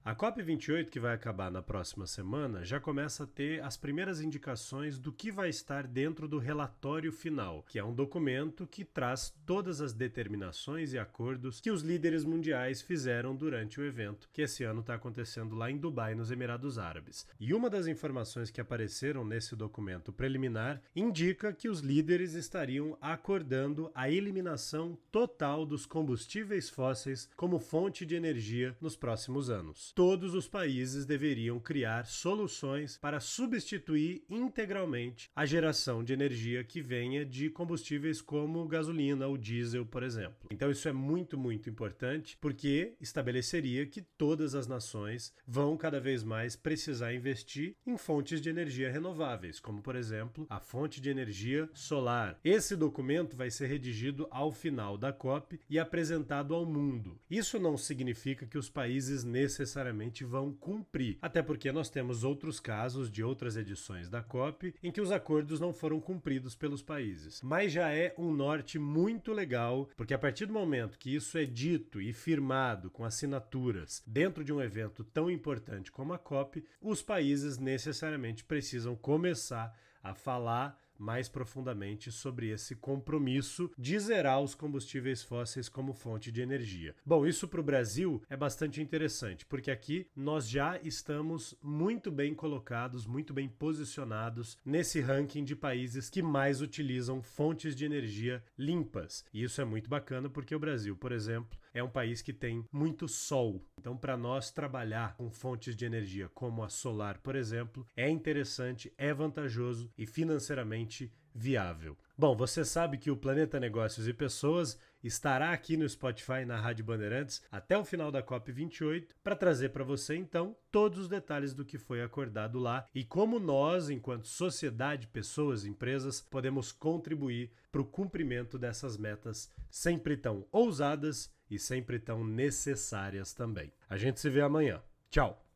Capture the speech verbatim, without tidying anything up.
A COP vinte e oito, que vai acabar na próxima semana, já começa a ter as primeiras indicações do que vai estar dentro do relatório final, que é um documento que traz todas as determinações e acordos que os líderes mundiais fizeram durante o evento, que esse ano está acontecendo lá em Dubai, nos Emirados Árabes. E uma das informações que apareceram nesse documento preliminar indica que os líderes estariam acordando a eliminação total dos combustíveis fósseis como fonte de energia nos próximos anos. Todos os países deveriam criar soluções para substituir integralmente a geração de energia que venha de combustíveis como gasolina ou diesel, por exemplo. Então isso é muito, muito importante, porque estabeleceria que todas as nações vão cada vez mais precisar investir em fontes de energia renováveis, como por exemplo a fonte de energia solar. Esse documento vai ser redigido ao final da COP e apresentado ao mundo. Isso não significa que os países necessariamente vão cumprir, até porque nós temos outros casos de outras edições da COP em que os acordos não foram cumpridos pelos países. Mas já é um norte muito legal, porque a partir do momento que isso é dito e firmado com assinaturas dentro de um evento tão importante como a COP, os países necessariamente precisam começar a falar mais profundamente sobre esse compromisso de zerar os combustíveis fósseis como fonte de energia. Bom, isso para o Brasil é bastante interessante, porque aqui nós já estamos muito bem colocados, muito bem posicionados nesse ranking de países que mais utilizam fontes de energia limpas. E isso é muito bacana porque o Brasil, por exemplo, é um país que tem muito sol. Então, para nós trabalhar com fontes de energia como a solar, por exemplo, é interessante, é vantajoso e financeiramente viável. Bom, você sabe que o Planeta Negócios e Pessoas estará aqui no Spotify, na Rádio Bandeirantes, até o final da COP vinte e oito, para trazer para você, então, todos os detalhes do que foi acordado lá e como nós, enquanto sociedade, pessoas, empresas, podemos contribuir para o cumprimento dessas metas sempre tão ousadas e sempre tão necessárias também. A gente se vê amanhã. Tchau!